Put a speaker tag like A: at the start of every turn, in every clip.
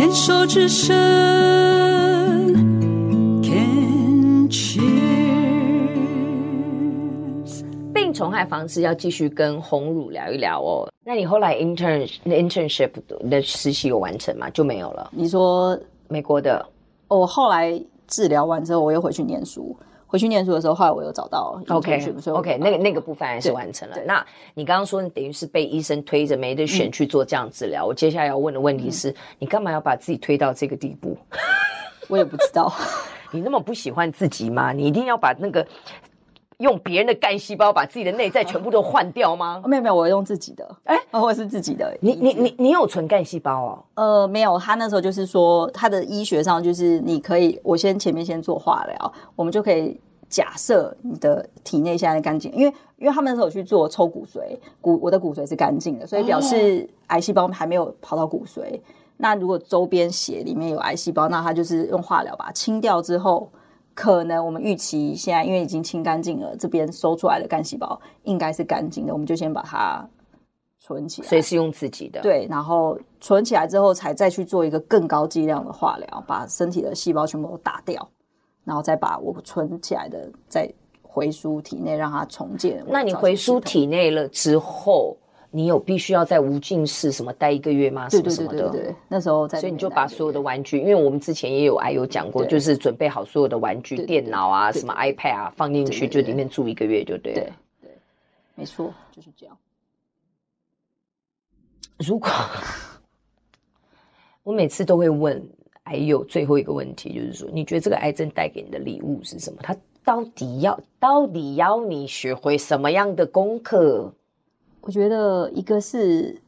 A: 牵手之声 Can Cheers。
B: 病虫害防治要继续跟洪儒聊一聊哦。那你后来 internship 的实习有完成吗？就没有了。
C: 你说
B: 美国的？
C: 我后来治疗完之后，我又回去念书。回去念书的时候，后来我有找到
B: OK， 那个部分还是完成了。那你刚刚说你等于是被医生推着没得选去做这样治疗，我接下来要问的问题是，你干嘛要把自己推到这个地步？
C: 我也不知道。
B: 你那么不喜欢自己吗？你一定要把那个用别人的干细胞把自己的内在全部都换掉吗？
C: 没有，我用自己的。我是自己的。
B: 你有存干细胞哦？
C: 没有。他那时候就是说，他的医学上就是你可以，我前面先做化疗，我们就可以假设你的体内现在干净，因为他们那时候有去做抽骨髓，我的骨髓是干净的，所以表示癌细胞还没有跑到骨髓。那如果周边血里面有癌细胞，那他就是用化疗把它清掉之后，可能我们预期现在因为已经清干净了，这边收出来的干细胞应该是干净的，我们就先把它存起来。
B: 所以是用自己的。
C: 对，然后存起来之后才再去做一个更高剂量的化疗，把身体的细胞全部都打掉，然后再把我存起来的再回输体内，让它重建。
B: 那你回输体内了之后，你有必须要在无菌室什么待1个月吗？
C: 对，那时候在，
B: 所以你就把所有的玩具，因为我们之前也有讲过，就是准备好所有的玩具，电脑啊，什么 iPad 啊，放进去就里面住1个月就对了。
C: 对，没错，就是这样。
B: 如果我每次都会问癌友最后一个问题，就是说，你觉得这个癌症带给你的礼物是什么？它到底要你学会什么样的功课？
C: 我觉得一个是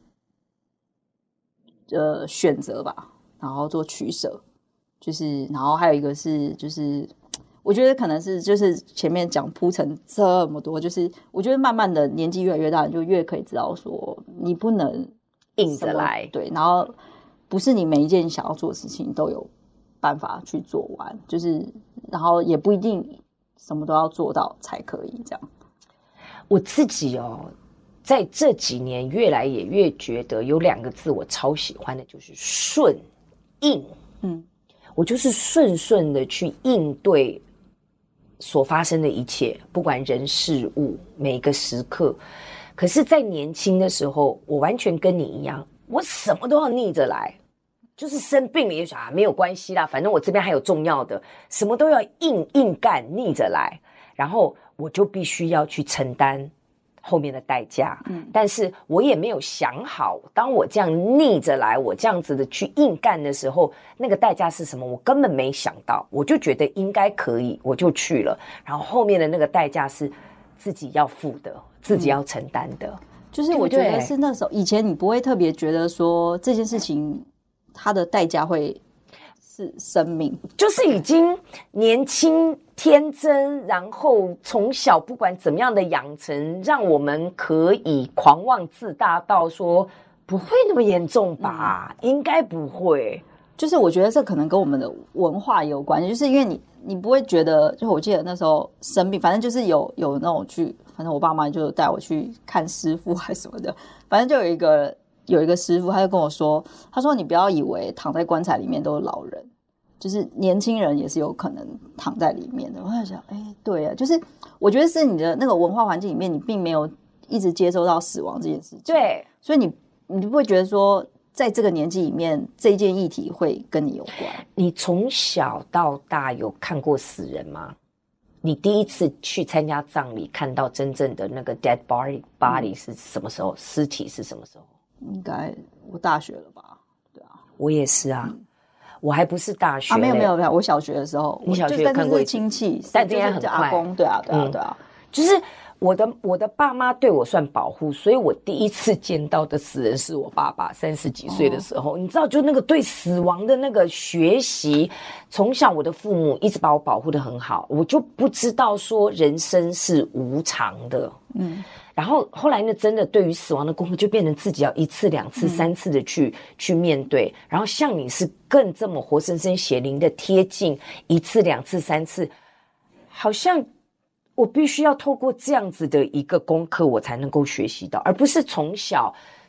C: 选择吧，然后做取舍，就是然后还有一个是就是我觉得可能是就是前面讲铺陈这么多，就是我觉得慢慢的年纪越来越大，你就越可以知道说你不能
B: 硬着来，
C: 对，然后不是你每一件想要做的事情都有办法去做完，就是然后也不一定什么都要做到才可以这样。
B: 我自己在这几年越来也越觉得有2个字我超喜欢的，就是顺应。我就是顺的去应对所发生的一切，不管人事物，每个时刻。可是在年轻的时候，我完全跟你一样，我什么都要逆着来，就是生病了也许没有关系啦，反正我这边还有重要的，什么都要硬干，逆着来，然后我就必须要去承担后面的代价。但是我也没有想好，当我这样逆着来，我这样子的去硬干的时候，那个代价是什么，我根本没想到，我就觉得应该可以，我就去了，然后后面的那个代价是自己要付的，自己要承担的。
C: 就是我觉得是那时候以前你不会特别觉得说这件事情它的代价会是生命，
B: 就是已经年轻天真，然后从小不管怎么样的养成，让我们可以狂妄自大到说不会那么严重吧，应该不会。
C: 就是我觉得这可能跟我们的文化有关系，就是因为你不会觉得，就我记得那时候生病，反正就是有那种去，反正我爸妈就带我去看师傅还是什么的，反正就有一个师傅，他就跟我说，他说你不要以为躺在棺材里面都是老人，就是年轻人也是有可能躺在里面的。我在想，对啊，就是我觉得是你的那个文化环境里面，你并没有一直接收到死亡这件事情，
B: 对，
C: 所以你不会觉得说，在这个年纪里面，这件议题会跟你有关。
B: 你从小到大有看过死人吗？你第一次去参加葬礼，看到真正的那个 dead body 是什么时候？尸体是什么时候？
C: 应该我大学了吧？对啊，
B: 我也是啊。我还不是大学
C: 没有，我小学的时候，
B: 你小学有看过一次
C: 亲戚，
B: 但这应该很快。
C: 阿公，对啊，
B: 就是我的爸妈对我算保护，所以我第一次见到的死人是我爸爸30几岁的时候，你知道，就那个对死亡的那个学习，从小我的父母一直把我保护得很好，我就不知道说人生是无常的。然后后来呢，真的对于死亡的功课就变成自己要1次2次3次的去面对，然后像你是更这么活生生血淋的贴近1次2次3次，好像我必须要透过这样子的一个功课我才能够学习到，而不是从小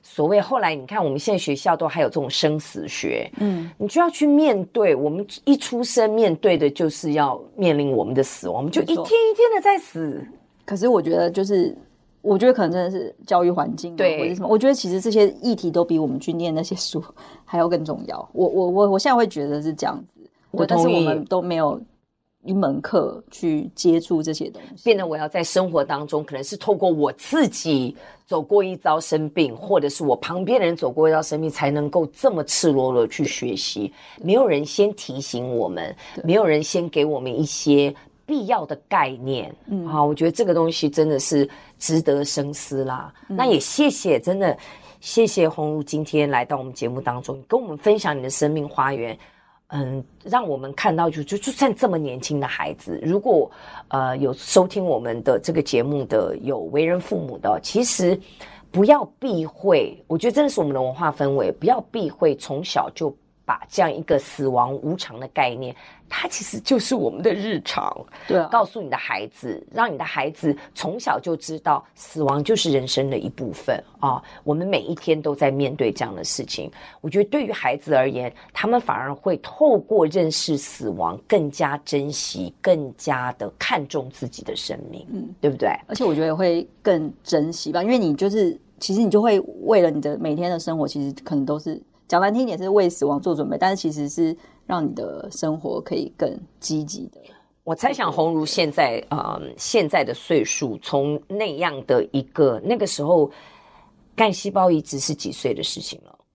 B: 所谓后来你看我们现在学校都还有这种生死学，你就要去面对，我们一出生面对的就是要面临我们的死亡，我们就一天一天的在死。
C: 可是我觉得我觉得可能真的是教育环境，
B: 对，
C: 或者什么。我觉得其实这些议题都比我们去念那些书还要更重要。我现在会觉得是这样子，但是我们都没有一门课去接触这些东西，
B: 变得我要在生活当中，可能是透过我自己走过一遭生病，或者是我旁边的人走过一遭生病，才能够这么赤裸裸去学习。没有人先提醒我们，没有人先给我们一些必要的概念。我觉得这个东西真的是值得深思啦。那也真的谢谢鸿儒今天来到我们节目当中，跟我们分享你的生命花园。让我们看到就算这么年轻的孩子，如果有收听我们的这个节目的有为人父母的，其实不要避讳，我觉得真的是我们的文化氛围，不要避讳从小就把这样一个死亡无常的概念，它其实就是我们的日常。
C: 对啊，
B: 告诉你的孩子，让你的孩子从小就知道死亡就是人生的一部分啊！我们每一天都在面对这样的事情。我觉得对于孩子而言，他们反而会透过认识死亡，更加珍惜，更加的看重自己的生命，对不对？
C: 而且我觉得会更珍惜吧，因为你其实你就会为了你的每天的生活，其实可能都是讲难听一点是为死亡做准备，但是其实是让你的生活可以更积极的。
B: 我猜想鸿儒现在的岁数，从那样的一个那个时候干细胞移植是几岁的事情了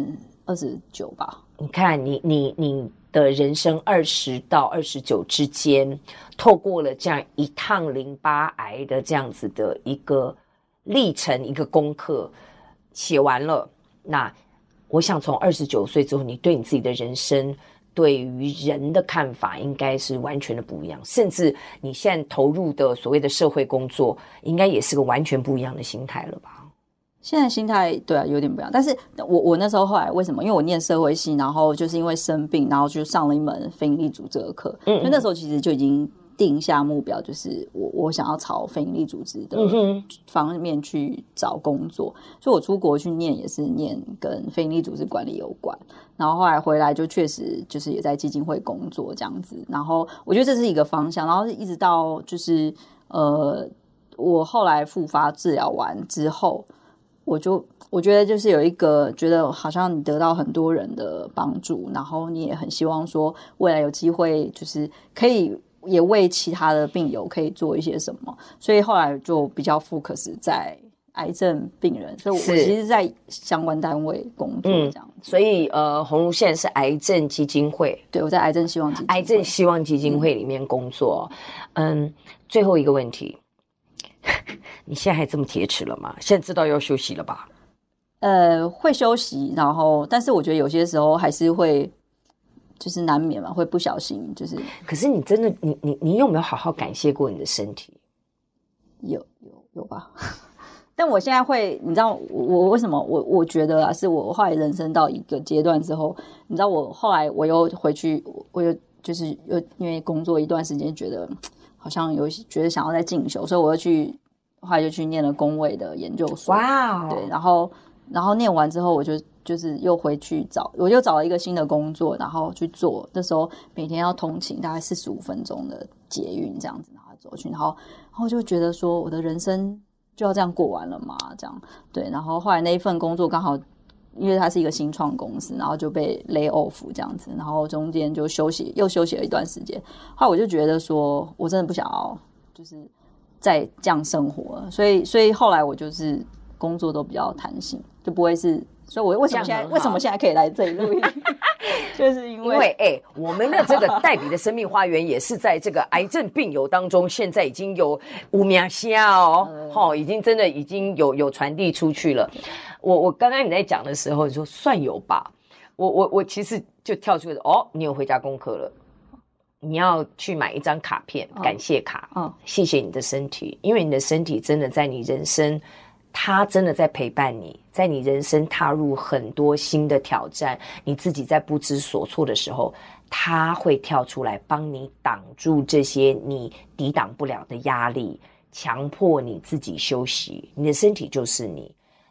C: 29吧。
B: 你看你的人生20到29之间，透过了这样一趟淋巴癌的这样子的一个历程，一个功课写完了，那我想从29岁之后，你对你自己的人生，对于人的看法应该是完全的不一样，甚至你现在投入的所谓的社会工作，应该也是个完全不一样的心态了吧？
C: 现在心态对啊，有点不一样。但是我那时候后来为什么？因为我念社会系，然后就是因为生病，然后就上了一门非营利组织的课。所以那时候其实就已经定下目标，就是我想要朝非营利组织的方面去找工作。所以我出国去念也是念跟非营利组织管理有关。然后后来回来就确实就是也在基金会工作这样子。然后我觉得这是一个方向。然后一直到就是我后来复发治疗完之后。我觉得就是有一个觉得好像你得到很多人的帮助，然后你也很希望说未来有机会就是可以也为其他的病友可以做一些什么，所以后来就比较 focus 在癌症病人，所以我其实在相关单位工作这样子。
B: 所以鸿儒现在是癌症基金会，
C: 对，我在癌症希望基金会
B: 里面工作。最后一个问题。你现在还这么铁齿了吗？现在知道要休息了吧？
C: 会休息，然后但是我觉得有些时候还是会，就是难免嘛，会不小心就是。
B: 可是你真的，你有没有好好感谢过你的身体？
C: 有吧？但我现在会，你知道我为什么？我觉得啊，是我后来人生到一个阶段之后，你知道我后来我又回去，我又因为工作一段时间，觉得。好像觉得想要再进修，所以我后来就去念了公卫的研究所。
B: 哇，
C: 对，然后念完之后，我就是又回去我就找了一个新的工作，然后去做。那时候每天要通勤大概45分钟的捷运这样子，然后走去，然后就觉得说我的人生就要这样过完了嘛，这样对。然后后来那一份工作刚好。因为它是一个新创公司，然后就被 lay off 这样子，然后中间就又休息了一段时间。后来我就觉得说，我真的不想要就是再这样生活了，所以后来我就是工作都比较弹性，就不会是。所以我为什么现在可以来这里录音？就是因为
B: 我们的这个黛比的生命花园也是在这个癌症病友当中，现在已经有5名虾哦，已经有传递出去了。我刚刚你在讲的时候，你说算有吧？我其实就跳出来你有回家功课了，你要去买一张卡片，感谢卡，谢谢你的身体，因为你的身体真的在你人生。他真的在陪伴你，在你人生踏入很多新的挑战，你自己在不知所措的时候，他会跳出来帮你挡住这些你抵挡不了的压力，强迫你自己休息。你的身体就是你，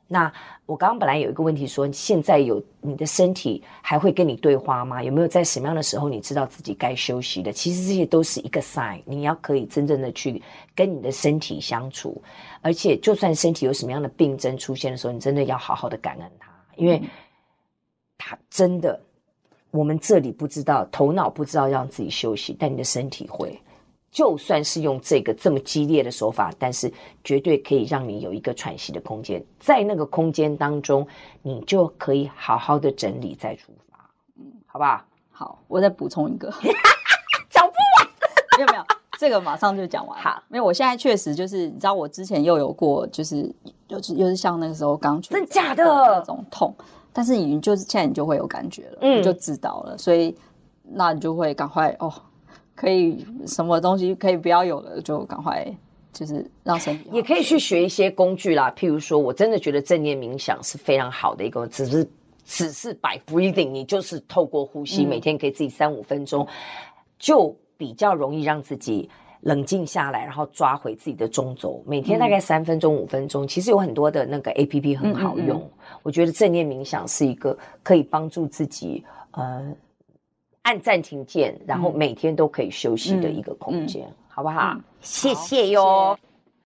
B: 那我刚刚本来有一个问题说，现在有你的身体还会跟你对话吗？有没有在什么样的时候你知道自己该休息的？其实这些都是一个 sign， 你要可以真正的去跟你的身体相处，而且就算身体有什么样的病症出现的时候，你真的要好好的感恩它，因为它真的，我们这里不知道，头脑不知道让自己休息，但你的身体会。就算是用这么激烈的手法，但是绝对可以让你有一个喘息的空间，在那个空间当中，你就可以好好的整理再出发，好不好？
C: 好，我再补充一个，
B: 讲不完，
C: 没有，这个马上就讲完。
B: 好，
C: 没有，我现在确实就是，你知道，我之前又有过，就是又是像那个时候刚出，
B: 真假的
C: 那种痛，但是你就是现在你就会有感觉了，你就知道了，所以那你就会赶快哦。可以什么东西可以不要有了，就赶快就是让身体也
B: 可以去学一些工具啦。譬如说，我真的觉得正念冥想是非常好的一个，只是 by breathing， 你就是透过呼吸，每天给自己3-5分钟，就比较容易让自己冷静下来，然后抓回自己的中轴。每天大概3分钟、5分钟，其实有很多的那个 APP 很好用。我觉得正念冥想是一个可以帮助自己按暂停键，然后每天都可以休息的一个空间，好不好？谢谢哟。